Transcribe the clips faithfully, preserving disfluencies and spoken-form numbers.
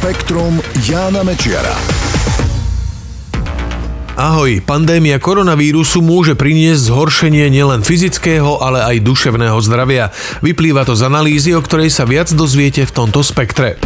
Spektrum Jána Mečiara. Ahoj, pandémia koronavírusu môže priniesť zhoršenie nielen fyzického, ale aj duševného zdravia. Vyplýva to z analýzy, o ktorej sa viac dozviete v tomto spektre.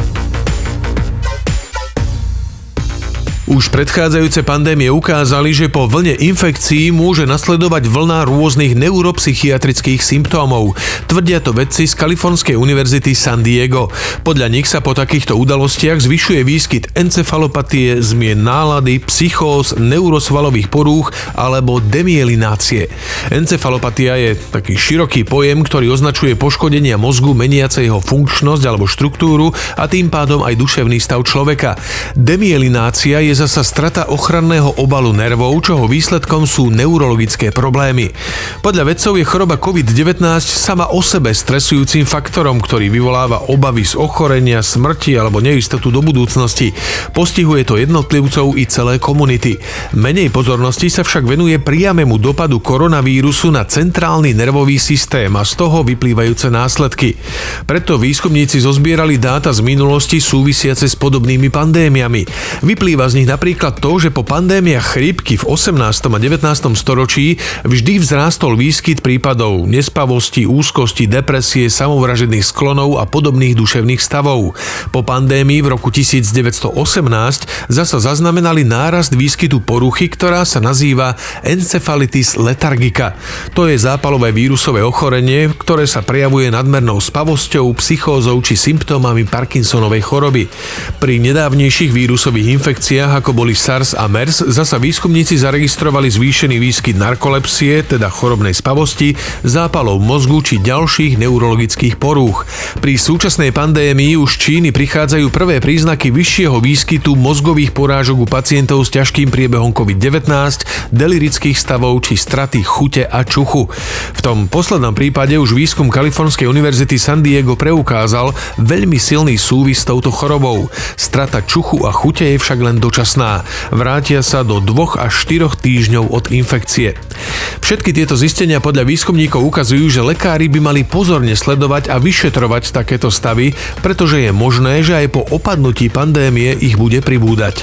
Už predchádzajúce pandémie ukázali, že po vlne infekcií môže nasledovať vlna rôznych neuropsychiatrických symptómov. Tvrdia to vedci z Kalifornskej univerzity San Diego. Podľa nich sa po takýchto udalostiach zvyšuje výskyt encefalopatie, zmien nálady, psychóz, neurosvalových porúch alebo demielinácie. Encefalopatia je taký široký pojem, ktorý označuje poškodenia mozgu meniace jeho funkčnosť alebo štruktúru a tým pádom aj duševný stav človeka. Demielinácia je zasa strata ochranného obalu nervov, čoho výsledkom sú neurologické problémy. Podľa vedcov je choroba covid devätnásť sama o sebe stresujúcim faktorom, ktorý vyvoláva obavy z ochorenia, smrti alebo neistotu do budúcnosti. Postihuje to jednotlivcov i celé komunity. Menej pozornosti sa však venuje priamému dopadu koronavírusu na centrálny nervový systém a z toho vyplývajúce následky. Preto výskumníci zozbierali dáta z minulosti súvisiace s podobnými pandémiami. Vyplýva z nich napríklad to, že po pandémiách chrípky v osemnástom a devätnástom storočí vždy vzrástol výskyt prípadov nespavosti, úzkosti, depresie, samovražedných sklonov a podobných duševných stavov. Po pandémii v roku devätnásťstoosemnásť zasa zaznamenali nárast výskytu poruchy, ktorá sa nazýva encefalitis lethargica. To je zápalové vírusové ochorenie, ktoré sa prejavuje nadmernou spavosťou, psychózou či symptómami Parkinsonovej choroby. Pri nedávnejších vírusových infekciách ako boli SARS a MERS, zasa výskumníci zaregistrovali zvýšený výskyt narkolepsie, teda chorobnej spavosti, zápalov mozgu či ďalších neurologických porúch. Pri súčasnej pandémii už z Číny prichádzajú prvé príznaky vyššieho výskytu mozgových porážok u pacientov s ťažkým priebehom covid devätnásť, delirických stavov či straty chute a čuchu. V tom poslednom prípade už výskum Kalifornskej univerzity San Diego preukázal veľmi silný súvis s touto chorobou. Strata čuchu a chute je však len dočasná. Vrátia sa do dvoch až štyroch týždňov od infekcie. Všetky tieto zistenia podľa výskumníkov ukazujú, že lekári by mali pozorne sledovať a vyšetrovať takéto stavy, pretože je možné, že aj po opadnutí pandémie ich bude pribúdať.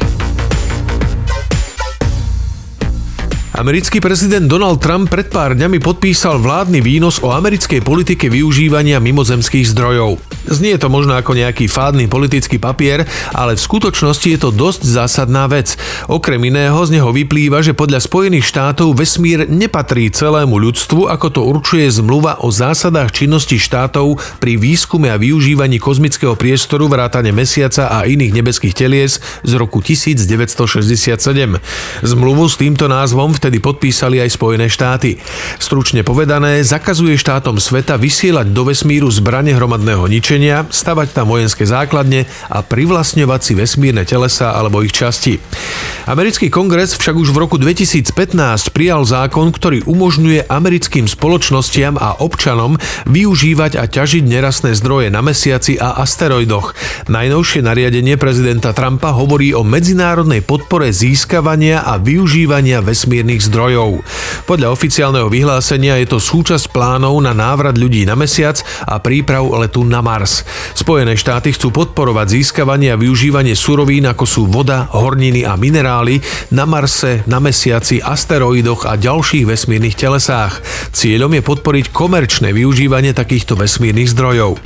Americký prezident Donald Trump pred pár dňami podpísal vládny výnos o americkej politike využívania mimozemských zdrojov. Znie to možno ako nejaký fádny politický papier, ale v skutočnosti je to dosť zásadná vec. Okrem iného z neho vyplýva, že podľa Spojených štátov vesmír nepatrí celému ľudstvu, ako to určuje zmluva o zásadách činnosti štátov pri výskume a využívaní kozmického priestoru vrátane mesiaca a iných nebeských telies z roku devätnásťstošesťdesiatsedem. Zmluvu s týmto názvom vtedy podpísali aj Spojené štáty. Stručne povedané, zakazuje štátom sveta vysielať do vesmíru zbrane hromadného ničenia, stavať tam vojenské základne a privlastňovať si vesmírne telesá alebo ich časti. Americký kongres však už v roku dvetisícpätnásť prijal zákon, ktorý umožňuje americkým spoločnostiam a občanom využívať a ťažiť nerastné zdroje na mesiaci a asteroidoch. Najnovšie nariadenie prezidenta Trumpa hovorí o medzinárodnej podpore získavania a využívania vesmírnych zdrojov. Podľa oficiálneho vyhlásenia je to súčasť plánov na návrat ľudí na mesiac a príprav letu na Mars. Spojené štáty chcú podporovať získavanie a využívanie surovín ako sú voda, horniny a minerály na Marse, na mesiaci, asteroidoch a ďalších vesmírnych telesách. Cieľom je podporiť komerčné využívanie takýchto vesmírnych zdrojov.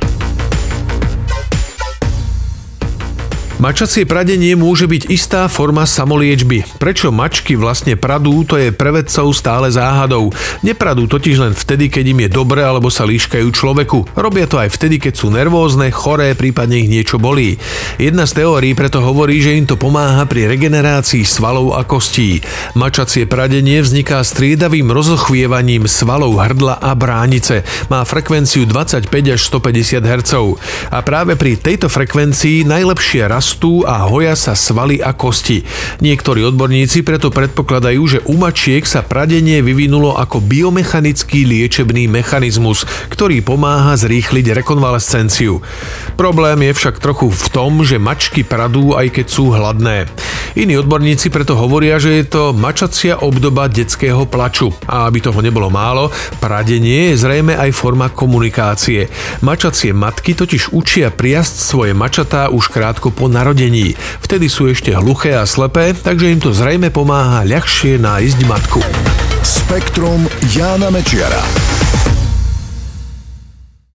Mačacie pradenie môže byť istá forma samoliečby. Prečo mačky vlastne pradú, to je pre vedcov stále záhadou. Nepradú totiž len vtedy, keď im je dobre alebo sa líškajú človeku. Robia to aj vtedy, keď sú nervózne, choré, prípadne ich niečo bolí. Jedna z teórií preto hovorí, že im to pomáha pri regenerácii svalov a kostí. Mačacie pradenie vzniká striedavým rozochvievaním svalov hrdla a bránice. Má frekvenciu dvadsaťpäť až stopäťdesiat hertzov. A práve pri tejto frekvencii najlepšie rastú a hoja sa svaly a kosti. Niektorí odborníci preto predpokladajú, že u mačiek sa pradenie vyvinulo ako biomechanický liečebný mechanizmus, ktorý pomáha zrýchliť rekonvalescenciu. Problém je však trochu v tom, že mačky pradú, aj keď sú hladné. Iní odborníci preto hovoria, že je to mačacia obdoba detského plaču. A aby toho nebolo málo, pradenie je zrejme aj forma komunikácie. Mačacie matky totiž učia priasť svoje mačatá už krátko po narodení. Vtedy sú ešte hluché a slepé, takže im to zrejme pomáha ľahšie nájsť matku. Spektrum Jána Mečiara.